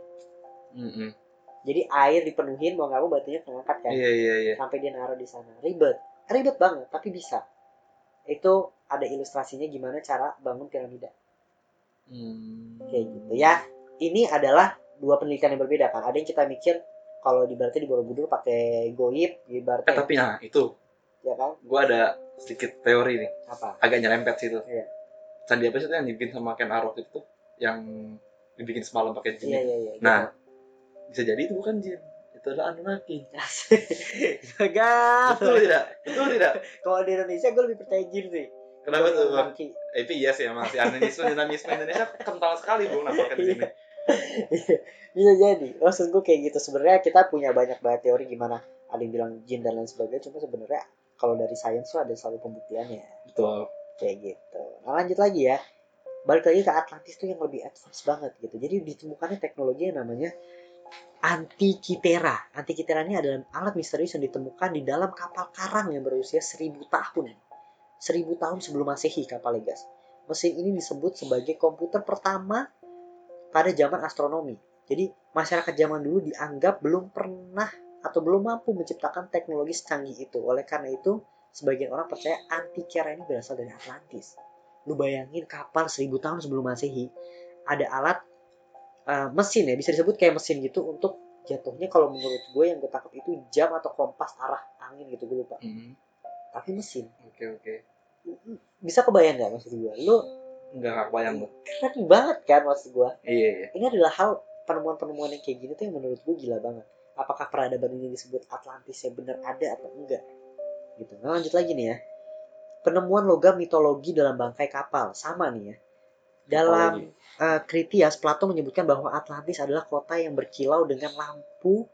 Jadi air dipenuhin, mau nggak mau batunya terangkat kan. Iya. Sampai dia naruh di sana. Ribet banget, tapi bisa. Itu ada ilustrasinya gimana cara bangun piramida. Kayak gitu ya. Ini adalah dua penelitian yang berbeda kan. Ada yang kita mikir kalau berarti di Borobudur pakai goib, ibaratnya. Tapi itu. Ya kan? Gua ada sedikit teori nih. Apa? Agak nyerempet sih itu. Iya. Candi apa sih itu yang dibikin sama Ken Arok itu? Yang dibikin semalam pakai jin. Iya. Nah, bisa jadi itu bukan jin. Itu adalah Anunnaki. Betul tidak? Kalau di Indonesia gue lebih percaya jin sih. Kenapa tuh bang? Itu iya sih emang si dinamisme Indonesia kental sekali bang nampaknya di sini. Bisa jadi. Maksud gue kayak gitu. Sebenarnya kita punya banyak banget teori gimana. Ada yang bilang jin dan lain sebagainya. Cuma sebenarnya kalau dari sains tuh ada selalu pembuktiannya. Betul. Kayak gitu. Nah lanjut lagi ya. Balik lagi ke Atlantis tuh yang lebih advance banget gitu. Jadi ditemukannya teknologi yang namanya Antikythera. Antikythera ini adalah alat misterius yang ditemukan di dalam kapal karang yang berusia 1000 tahun. 1000 tahun sebelum Masehi kapalnya, guys. Mesin ini disebut sebagai komputer pertama pada zaman astronomi. Jadi masyarakat zaman dulu dianggap belum pernah atau belum mampu menciptakan teknologi secanggih itu. Oleh karena itu, sebagian orang percaya Antikythera ini berasal dari Atlantis. Lu bayangin kapal 1000 tahun sebelum Masehi ada alat mesin ya, bisa disebut kayak mesin gitu untuk jatuhnya, kalau menurut gue yang gue tangkap itu jam atau kompas arah angin gitu, gue lupa. Tapi mesin. Oke. Bisa kebayang gak maksud gue? Lu Enggak kebayang gue. keren banget kan maksud gue. Iya. Ini adalah hal penemuan-penemuan yang kayak gini tuh yang menurut gue gila banget. Apakah peradaban ini disebut Atlantis yang benar ada atau enggak? Gitu. Nah, lanjut lagi nih ya. Penemuan logam mitologi dalam bangkai kapal. Sama nih ya. Dalam Critias, Plato menyebutkan bahwa Atlantis adalah kota yang berkilau dengan lampu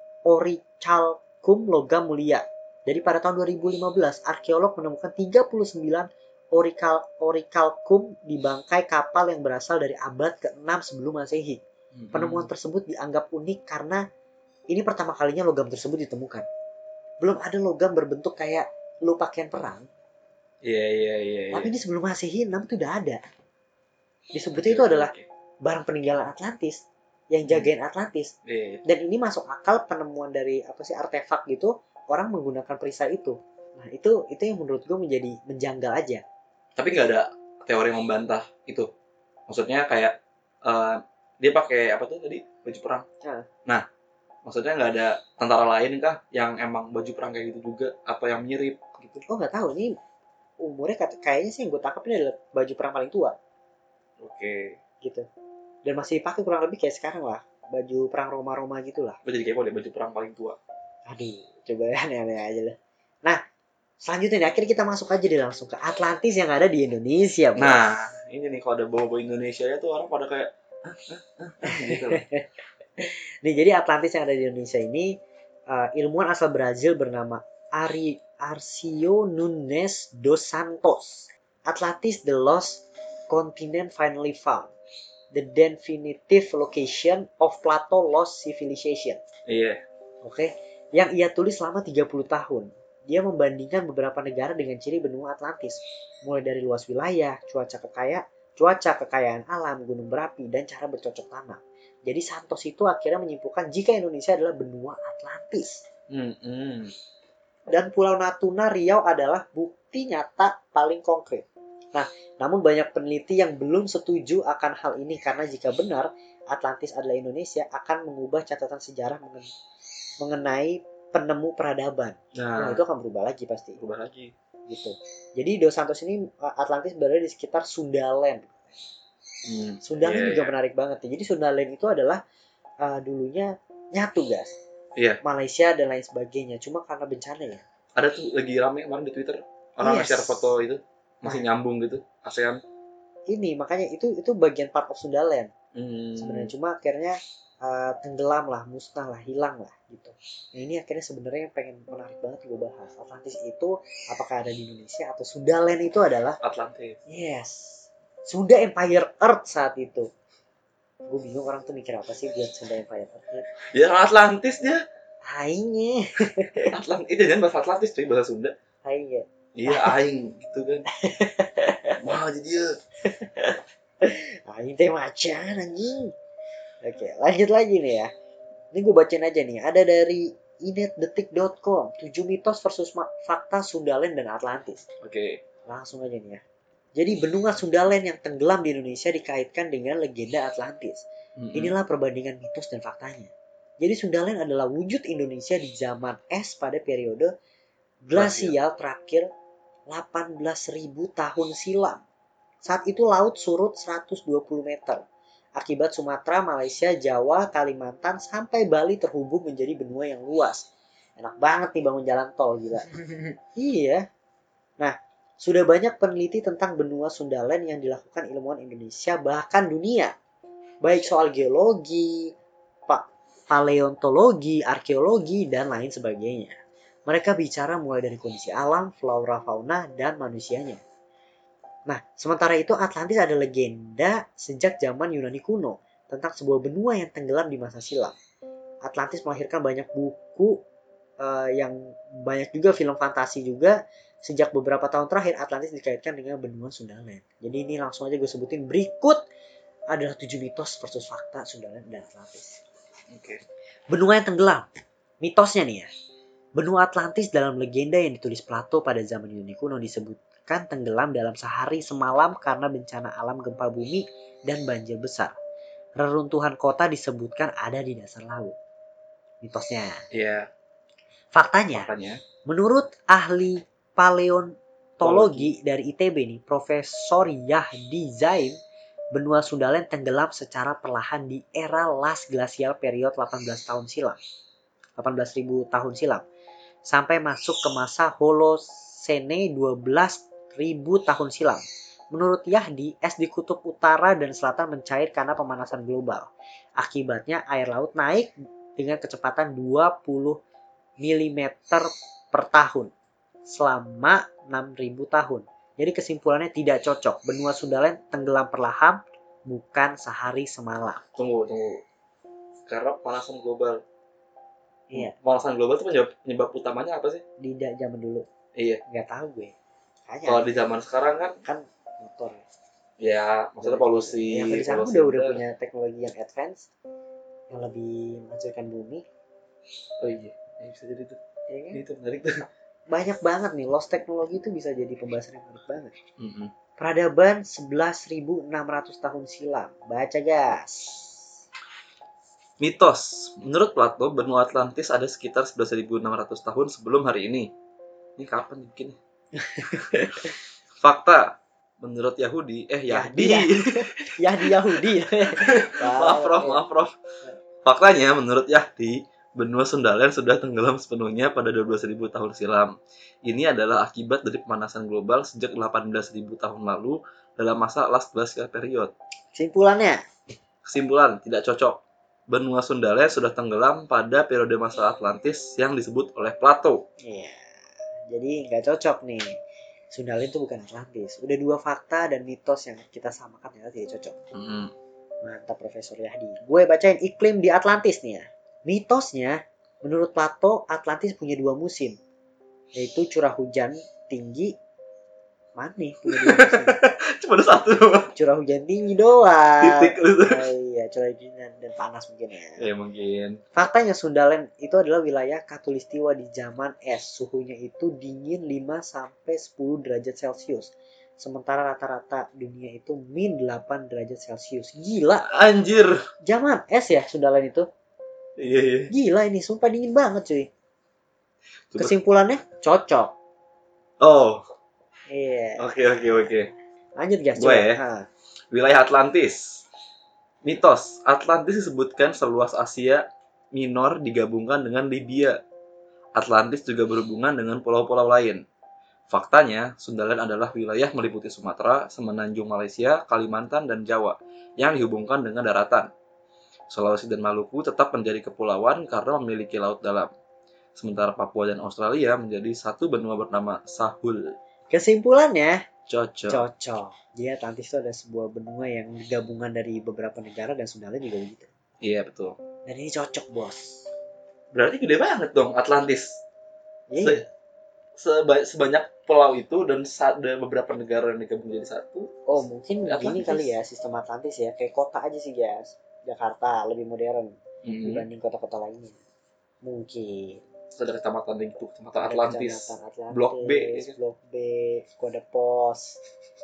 orichalcum logam mulia. Jadi pada tahun 2015, arkeolog menemukan 39 orichalcum di bangkai kapal yang berasal dari abad ke-6 sebelum Masehi. Penemuan tersebut dianggap unik karena ini pertama kalinya logam tersebut ditemukan. Belum ada logam berbentuk kayak lu pakaian perang. Iya. Tapi ini sebelum Masehi 6 itu udah ada. Disebutnya itu adalah barang peninggalan Atlantis yang jagain Atlantis. Dan ini masuk akal penemuan dari artefak gitu, orang menggunakan perisai itu. Nah, itu yang menurut gue menjadi menjanggal aja. Tapi nggak ada teori yang membantah itu. Maksudnya kayak dia pakai apa tuh tadi, baju perang. Nah, maksudnya nggak ada tentara lain kah yang emang baju perang kayak gitu juga, atau yang mirip gitu? Oh, nggak tahu, ini umurnya kayaknya sih yang gue tangkap ini adalah baju perang paling tua. Oke. Gitu. Dan masih dipakai kurang lebih kayak sekarang lah, baju perang Roma gitu lah. Gue jadi kepo deh, baju perang paling tua. Aduh, coba aneh-aneh aja lah. Nah, selanjutnya nih, akhirnya kita masuk aja deh langsung ke Atlantis yang ada di Indonesia, bro. Nah, ini nih kalau ada bawa-bawa Indonesia ya tuh orang pada kayak gitu. Nih, jadi Atlantis yang ada di Indonesia ini ilmuwan asal Brazil bernama Arcio Nunes dos Santos. Atlantis, the lost continent finally found. The definitive location of Plato lost civilization. Iya. Oke, yang ia tulis selama 30 tahun. Dia membandingkan beberapa negara dengan ciri benua Atlantis, mulai dari luas wilayah, cuaca kekayaan alam, gunung berapi, dan cara bercocok tanam. Jadi Santos itu akhirnya menyimpulkan jika Indonesia adalah benua Atlantis. Dan Pulau Natuna Riau adalah bukti nyata paling konkret. Nah, namun banyak peneliti yang belum setuju akan hal ini karena jika benar Atlantis adalah Indonesia akan mengubah catatan sejarah mengenai penemu peradaban. Nah, itu akan berubah lagi pasti. Berubah lagi. Gitu. Jadi Dos Santos ini Atlantis berada di sekitar Sundaland. Sundaland juga menarik banget ya. Jadi Sundaland itu adalah dulunya nyatu, guys. Iya. Malaysia dan lain sebagainya. Cuma karena bencana ya. Ada tuh lagi rame kemarin di Twitter. Orang nge-share foto itu. Masih nyambung gitu, ASEAN. Ini makanya itu bagian part of Sundaland. Sebenarnya cuma akhirnya tenggelam lah, musnah lah, hilang lah gitu. Nah, ini akhirnya sebenarnya yang pengen menarik banget gue bahas. Atlantis itu apakah ada di Indonesia atau Sundaland itu adalah Atlantis. Yes. Sunda Empire Earth saat itu. Gue bingung orang tuh mikir apa sih buat Sunda Empire Earth. Ya Atlantis dia. Aingnya. Atlantis itu jangan bahasa Atlantis cuy, bahasa Sunda. Aing ya. Iya, aing gitu kan. Wah, jadi dia. Aing teh macan anjing. Oke, lanjut lagi nih ya. Ini gue bacain aja nih. Ada dari inetdetik.com 7 mitos versus fakta Sundaland dan Atlantis. Oke. Langsung aja nih ya. Jadi benua Sundaland yang tenggelam di Indonesia dikaitkan dengan legenda Atlantis. Inilah perbandingan mitos dan faktanya. Jadi Sundaland adalah wujud Indonesia di zaman es pada periode glasial terakhir 18.000 tahun silam. Saat itu laut surut 120 meter. Akibat Sumatera, Malaysia, Jawa, Kalimantan, sampai Bali terhubung menjadi benua yang luas. Enak banget nih bangun jalan tol, gila. Iya. Nah, sudah banyak peneliti tentang benua Sundaland yang dilakukan ilmuwan Indonesia, bahkan dunia. Baik soal geologi, paleontologi, arkeologi, dan lain sebagainya. Mereka bicara mulai dari kondisi alam, flora, fauna, dan manusianya. Nah, sementara itu Atlantis ada legenda sejak zaman Yunani kuno tentang sebuah benua yang tenggelam di masa silam. Atlantis melahirkan banyak buku yang banyak juga film fantasi juga. Sejak beberapa tahun terakhir Atlantis dikaitkan dengan benua Sundaland. Jadi ini langsung aja gue sebutin berikut adalah 7 mitos versus fakta Sundaland dan Atlantis. Oke. Benua yang tenggelam. Mitosnya nih ya. Benua Atlantis dalam legenda yang ditulis Plato pada zaman Yunani kuno disebutkan tenggelam dalam sehari semalam karena bencana alam gempa bumi dan banjir besar. Reruntuhan kota disebutkan ada di dasar laut. Mitosnya. Iya. Faktanya, menurut ahli paleontologi dari ITB nih, Profesor Yahdi Zaim, benua Sundaland tenggelam secara perlahan di era Las Glacial period 18.000 tahun silam sampai masuk ke masa Holocene 12.000 tahun silam. Menurut Yahdi, es di kutub utara dan selatan mencair karena pemanasan global. Akibatnya air laut naik dengan kecepatan 20 mm per tahun selama 6.000 tahun. Jadi kesimpulannya tidak cocok. Benua Sundaland tenggelam perlahan, bukan sehari semalam. Tunggu. Karena pemanasan global. Iya. Pemanasan global itu penyebab utamanya apa sih? Di zaman dulu. Iya. Nggak tahu gue. Kalau di zaman sekarang kan motor. Ya, maksudnya polusi. Yang di sana udah punya teknologi yang advance, yang lebih menghancurkan bumi. Oh iya, bisa jadi tuh. Ya kan? Itu menarik tuh. Banyak banget nih, lost teknologi itu bisa jadi pembahasan yang menarik banget. Peradaban 11.600 tahun silam. Baca guys. Mitos. Menurut Plato, benua Atlantis ada sekitar 11.600 tahun sebelum hari ini. Ini kapan bikinnya? Fakta. Menurut Yahudi. Yahudi. Yahudi. Maaf Prof. Faktanya, menurut Yahudi, benua Sundaland sudah tenggelam sepenuhnya pada 12.000 tahun silam. Ini adalah akibat dari pemanasan global sejak 18.000 tahun lalu dalam masa Last Glacial Period. Kesimpulan, tidak cocok. Benua Sundaland sudah tenggelam pada periode masa Atlantis yang disebut oleh Plato. Iya, jadi nggak cocok nih. Sundaland itu bukan Atlantis. Udah 2 fakta dan mitos yang kita samakan ya, tidak cocok. Mantap Profesor Yahdi. Gue bacain iklim di Atlantis nih ya. Mitosnya, menurut Plato, Atlantis punya 2 musim. Yaitu curah hujan tinggi. Mana nih punya 2 musim? Cuma ada 1 doang. Curah hujan tinggi doang. Titik itu. Iya, curah hujan dan panas mungkin ya. Iya mungkin. Faktanya Sundaland itu adalah wilayah khatulistiwa di zaman es. Suhunya itu dingin 5-10 derajat Celcius. Sementara rata-rata dunia itu min 8 derajat Celcius. Gila. Anjir. Zaman es ya Sundaland itu. Iya. Gila ini, sumpah dingin banget cuy. Kesimpulannya cocok. Oh. Iya. Oke. Lanjut guys. Gue ya. Wilayah Atlantis. Mitos. Atlantis disebutkan seluas Asia Minor digabungkan dengan Libya. Atlantis juga berhubungan dengan pulau-pulau lain. Faktanya, Sundaland adalah wilayah meliputi Sumatera, Semenanjung Malaysia, Kalimantan, dan Jawa yang dihubungkan dengan daratan. Sulawesi dan Maluku tetap menjadi kepulauan karena memiliki laut dalam. Sementara Papua dan Australia menjadi satu benua bernama Sahul. Kesimpulannya cocok. Jadi Atlantis itu ada sebuah benua yang gabungan dari beberapa negara dan Sundaland juga begitu. Iya betul. Dan ini cocok bos. Berarti gede banget dong Atlantis. Iya. Sebanyak pulau itu dan ada beberapa negara yang digabung jadi satu. Oh mungkin begini kali ya sistem Atlantis ya, kayak kota aja sih guys. Jakarta lebih modern dibanding kota-kota lainnya. Mungkin. Ada kecamatan gitu, kecamatan Atlantis. Blok B. Kode pos.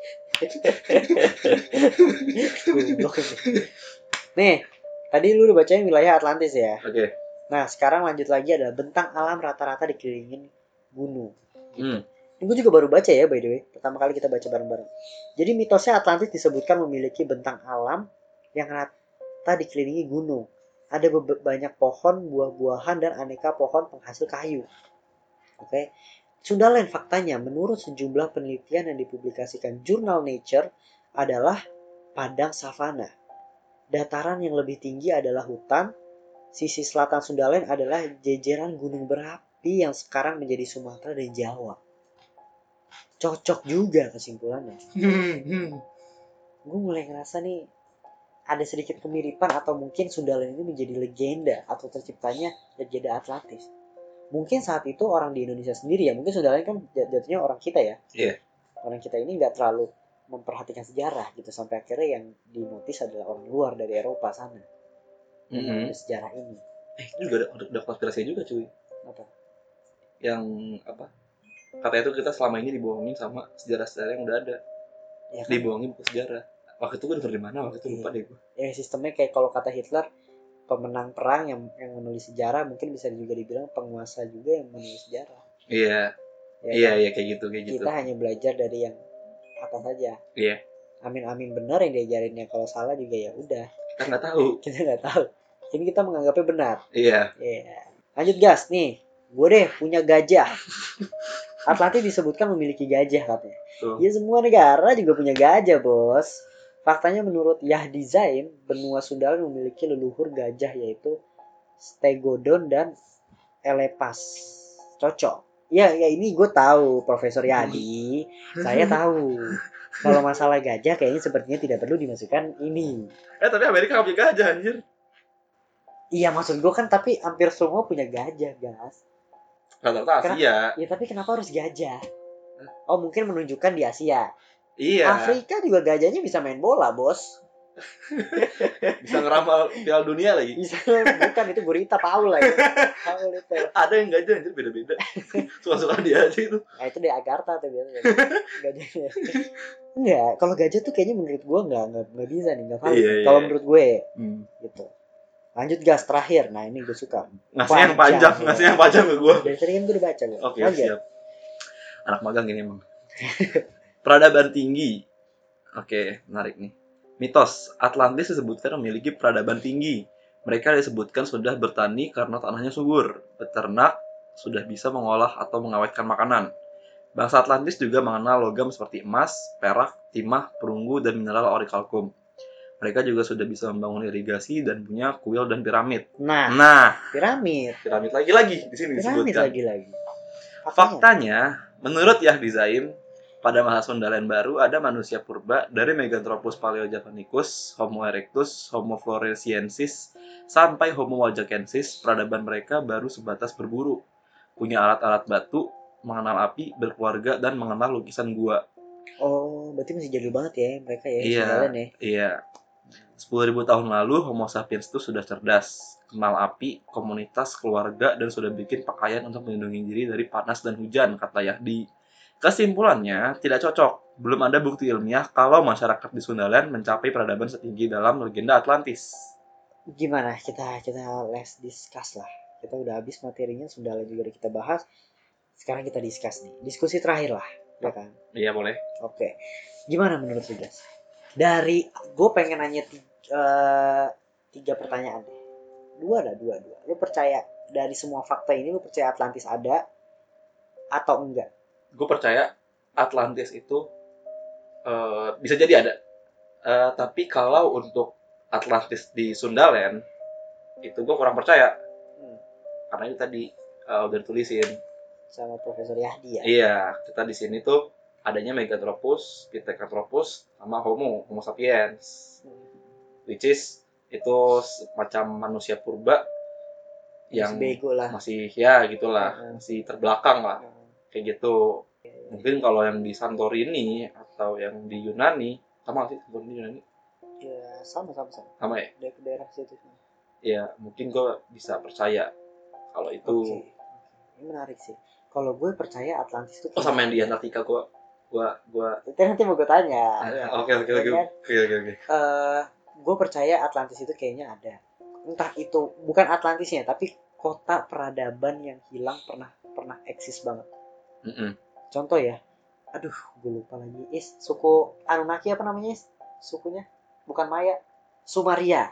Nih, tadi lu udah bacain wilayah Atlantis ya. Oke. Nah, sekarang lanjut lagi adalah bentang alam rata-rata dikelilingin gunung. Gitu. Ini gue juga baru baca ya by the way. Pertama kali kita baca bareng-bareng. Jadi mitosnya Atlantis disebutkan memiliki bentang alam yang rata dikelilingi gunung. Ada banyak pohon, buah-buahan, dan aneka pohon penghasil kayu. Oke. Sundaland faktanya menurut sejumlah penelitian yang dipublikasikan jurnal Nature adalah padang savana. Dataran yang lebih tinggi adalah hutan. Sisi selatan Sundaland adalah jejeran gunung berapi yang sekarang menjadi Sumatera dan Jawa. Cocok juga kesimpulannya. Gue mulai ngerasa nih ada sedikit kemiripan atau mungkin Sundaland ini menjadi legenda atau terciptanya legenda Atlantis. Mungkin saat itu orang di Indonesia sendiri ya, mungkin Sundaland kan jatuhnya orang kita ya. Iya. Orang kita ini nggak terlalu memperhatikan sejarah gitu, sampai akhirnya yang dinotis adalah orang luar dari Eropa sana yang sejarah ini. Itu juga ada konspirasi juga cuy. Apa? Yang apa? Katanya itu kita selama ini dibohongin sama sejarah-sejarah yang udah ada. Ya kan? Dibohongin buku sejarah. Waktu itu gue denger di mana? Waktu itu lupa deh gue. Ya sistemnya kayak kalau kata Hitler, pemenang perang yang menulis sejarah, mungkin bisa juga dibilang penguasa juga yang menulis sejarah. Iya. Ya, iya, kan? Iya kayak gitu. Kita hanya belajar dari yang apa saja. Iya. Amin benar yang diajarinnya, kalau salah juga ya udah. Kita nggak tahu. Ini kita menganggapnya benar. Iya. Lanjut gas nih. Gue deh punya gajah. Atlantis disebutkan memiliki gajah katanya. Ya semua negara juga punya gajah, bos. Faktanya menurut Yahdi Zain, benua Sundaland memiliki leluhur gajah yaitu Stegodon dan Elepas. Cocok. Ya ini gue tahu, Profesor Yahdi. Saya tahu. Kalau masalah gajah kayaknya sepertinya tidak perlu dimasukkan ini. Tapi Amerika nggak punya gajah anjir. Iya maksud gue kan, tapi hampir semua punya gajah, gas. Rata-rata Asia. Ya tapi kenapa harus gajah? Oh mungkin menunjukkan di Asia. Iya. Afrika juga gajahnya bisa main bola, bos. Bisa ngeramal Piala Dunia lagi. Bisa, bukan itu gurita Paul lagi. Paul itu. Ada yang gajah anjir beda-beda. Suka-suka dia aja itu. Nah itu di Agartha tuh biasanya. Gajahnya. Enggak, kalau gajah tuh kayaknya menurut gue nggak bisa nih, nggak valid. Iya. Kalau menurut gue, gitu. Lanjut gas terakhir. Nah ini gue suka. Ngasih yang panjang ke gue. Dari tadi kan gue udah baca gue. Oke, siap. Anak magang gini emang. Peradaban tinggi. Oke, menarik nih. Mitos, Atlantis disebutkan memiliki peradaban tinggi. Mereka disebutkan sudah bertani karena tanahnya subur. Beternak, sudah bisa mengolah atau mengawetkan makanan. Bangsa Atlantis juga mengenal logam seperti emas, perak, timah, perunggu, dan mineral orikalkum. Mereka juga sudah bisa membangun irigasi dan punya kuil dan piramid. Nah, piramid lagi di sini disebutkan. Lagi. Faktanya, menurut Yahdi Zain, pada masa Sundaland baru ada manusia purba dari Meganthropus paleojavanicus, Homo erectus, Homo floresiensis, sampai Homo wajakensis. Peradaban mereka baru sebatas berburu, punya alat-alat batu, mengenal api, berkeluarga, dan mengenal lukisan gua. Oh, berarti masih jadul banget ya mereka ya. Iya. 10.000 tahun lalu Homo sapiens itu sudah cerdas, kenal api, komunitas, keluarga, dan sudah bikin pakaian untuk melindungi diri dari panas dan hujan, kata Yahdi. Kesimpulannya, tidak cocok. Belum ada bukti ilmiah kalau masyarakat di Sundaland mencapai peradaban setinggi dalam legenda Atlantis. Gimana? Kita let's discuss lah. Kita udah habis materinya, Sundaland juga udah kita bahas. Sekarang kita discuss nih. Diskusi terakhir lah, ya kan? Iya, boleh. Oke. Gimana menurut lu, guys? Dari gue pengen nanya 3 pertanyaan deh. Dua. Lu percaya dari semua fakta ini, lu percaya Atlantis ada atau enggak? Gue percaya Atlantis itu bisa jadi ada. Tapi kalau untuk Atlantis di Sundaland, itu gue kurang percaya. Karena itu tadi udah ditulisin sama Profesor Yahdi ya. Iya, kita di sini tuh adanya Meganthropus, Pithecanthropus, sama Homo sapiens. Which is itu macam manusia purba yang masih ya gitulah, masih terbelakang lah. Kayak gitu. Mungkin kalau yang di Santorini atau yang di Yunani, sama sih Santorini Yunani? Ya, sama. Sama ya? Daerah situ. Ya, mungkin gue bisa percaya kalau itu. Ini menarik sih. Kalau gue percaya Atlantis itu sama yang di Antartika gue itu nanti mau gue tanya. Oke. Gue percaya Atlantis itu kayaknya ada. Entah itu bukan Atlantisnya, tapi kota peradaban yang hilang pernah eksis banget. Contoh ya. Aduh, gue lupa lagi. Suku Anunnaki apa namanya? Sukunya bukan Maya. Sumeria.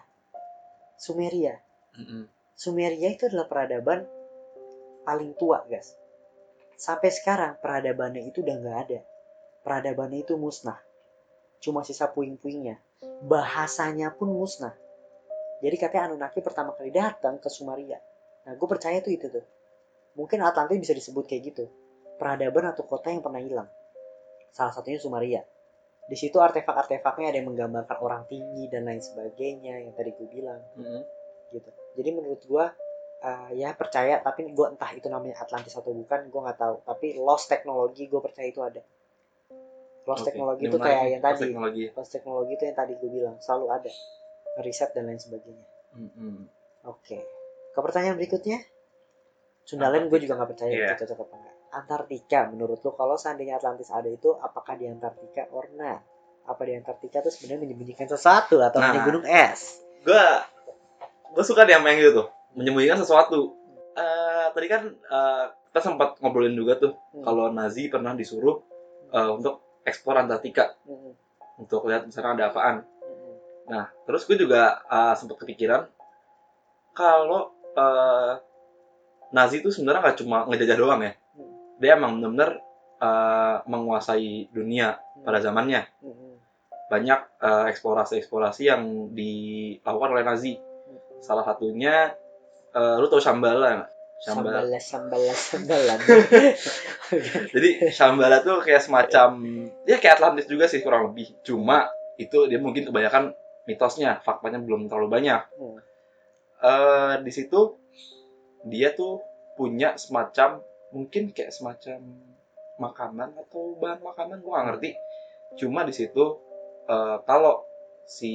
Sumeria itu adalah peradaban paling tua, guys. Sampai sekarang peradabannya itu udah nggak ada. Peradabannya itu musnah. Cuma sisa puing-puingnya. Bahasanya pun musnah. Jadi katanya Anunnaki pertama kali datang ke Sumeria. Nah, gue percaya tuh itu tuh. Mungkin Atlantis bisa disebut kayak gitu. Peradaban atau kota yang pernah hilang. Salah satunya Sumeria. Di situ artefak-artefaknya ada yang menggambarkan orang tinggi dan lain sebagainya yang tadi gue bilang. Gitu. Jadi menurut gue ya percaya, tapi gue entah itu namanya Atlantis atau bukan, gue nggak tahu. Tapi lost teknologi gue percaya itu ada. Lost Oke. teknologi itu Ini kayak menarik nih, yang lost tadi. teknologi. Lost teknologi itu yang tadi gue bilang selalu ada, riset dan lain sebagainya. Oke. Ke pertanyaan berikutnya. Sundalen gue juga nggak percaya itu cocok apa enggak. Antartika, menurut lo kalau seandainya Atlantis ada itu, apakah di Antartika or not? Apa di Antartika itu sebenarnya menyembunyikan sesuatu atau hanya gunung es? Gue suka dia yang gitu tuh, menyembunyikan sesuatu. Tadi kan kita sempat ngobrolin juga tuh kalau Nazi pernah disuruh untuk ekspor Antartika untuk lihat misalnya ada apaan. Nah, terus gue juga sempat kepikiran kalau Nazi itu sebenarnya nggak cuma ngejajah doang ya. Dia emang benar-benar menguasai dunia pada zamannya. Banyak eksplorasi-eksplorasi yang dilakukan oleh Nazi. Salah satunya, lu tau Shambhala nggak? Sambalan. Jadi Shambhala tuh kayak semacam, ya kayak Atlantis juga sih kurang lebih. Cuma itu dia mungkin kebanyakan mitosnya, faktanya belum terlalu banyak. Di situ dia tuh punya semacam, mungkin kayak semacam makanan atau bahan makanan, gue nggak ngerti. Cuma di situ kalau si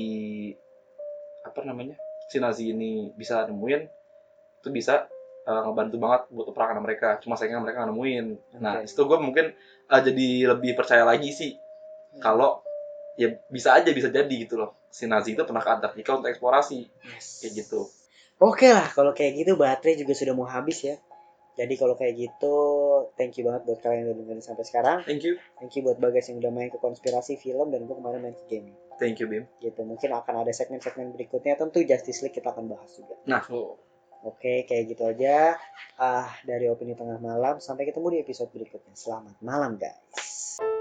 Nazi ini bisa nemuin, itu bisa ngebantu banget buat peperangan mereka. Cuma sayangnya mereka nggak nemuin. Nah, itu gue mungkin jadi lebih percaya lagi sih kalau ya bisa jadi gitu loh. Si Nazi itu pernah ke Antartika untuk eksplorasi. Kayak gitu. Oke lah, kalau kayak gitu baterai juga sudah mau habis ya. Jadi kalau kayak gitu, thank you banget buat kalian yang udah dengerin sampai sekarang. Thank you. Thank you buat Bagas yang udah main ke konspirasi film dan gue kemarin main ke gaming. Thank you, Bim. Gitu, mungkin akan ada segmen-segmen berikutnya, tentu Justice League kita akan bahas juga. Nah, Oke, kayak gitu aja. Dari Opini Tengah Malam, sampai ketemu di episode berikutnya. Selamat malam, guys.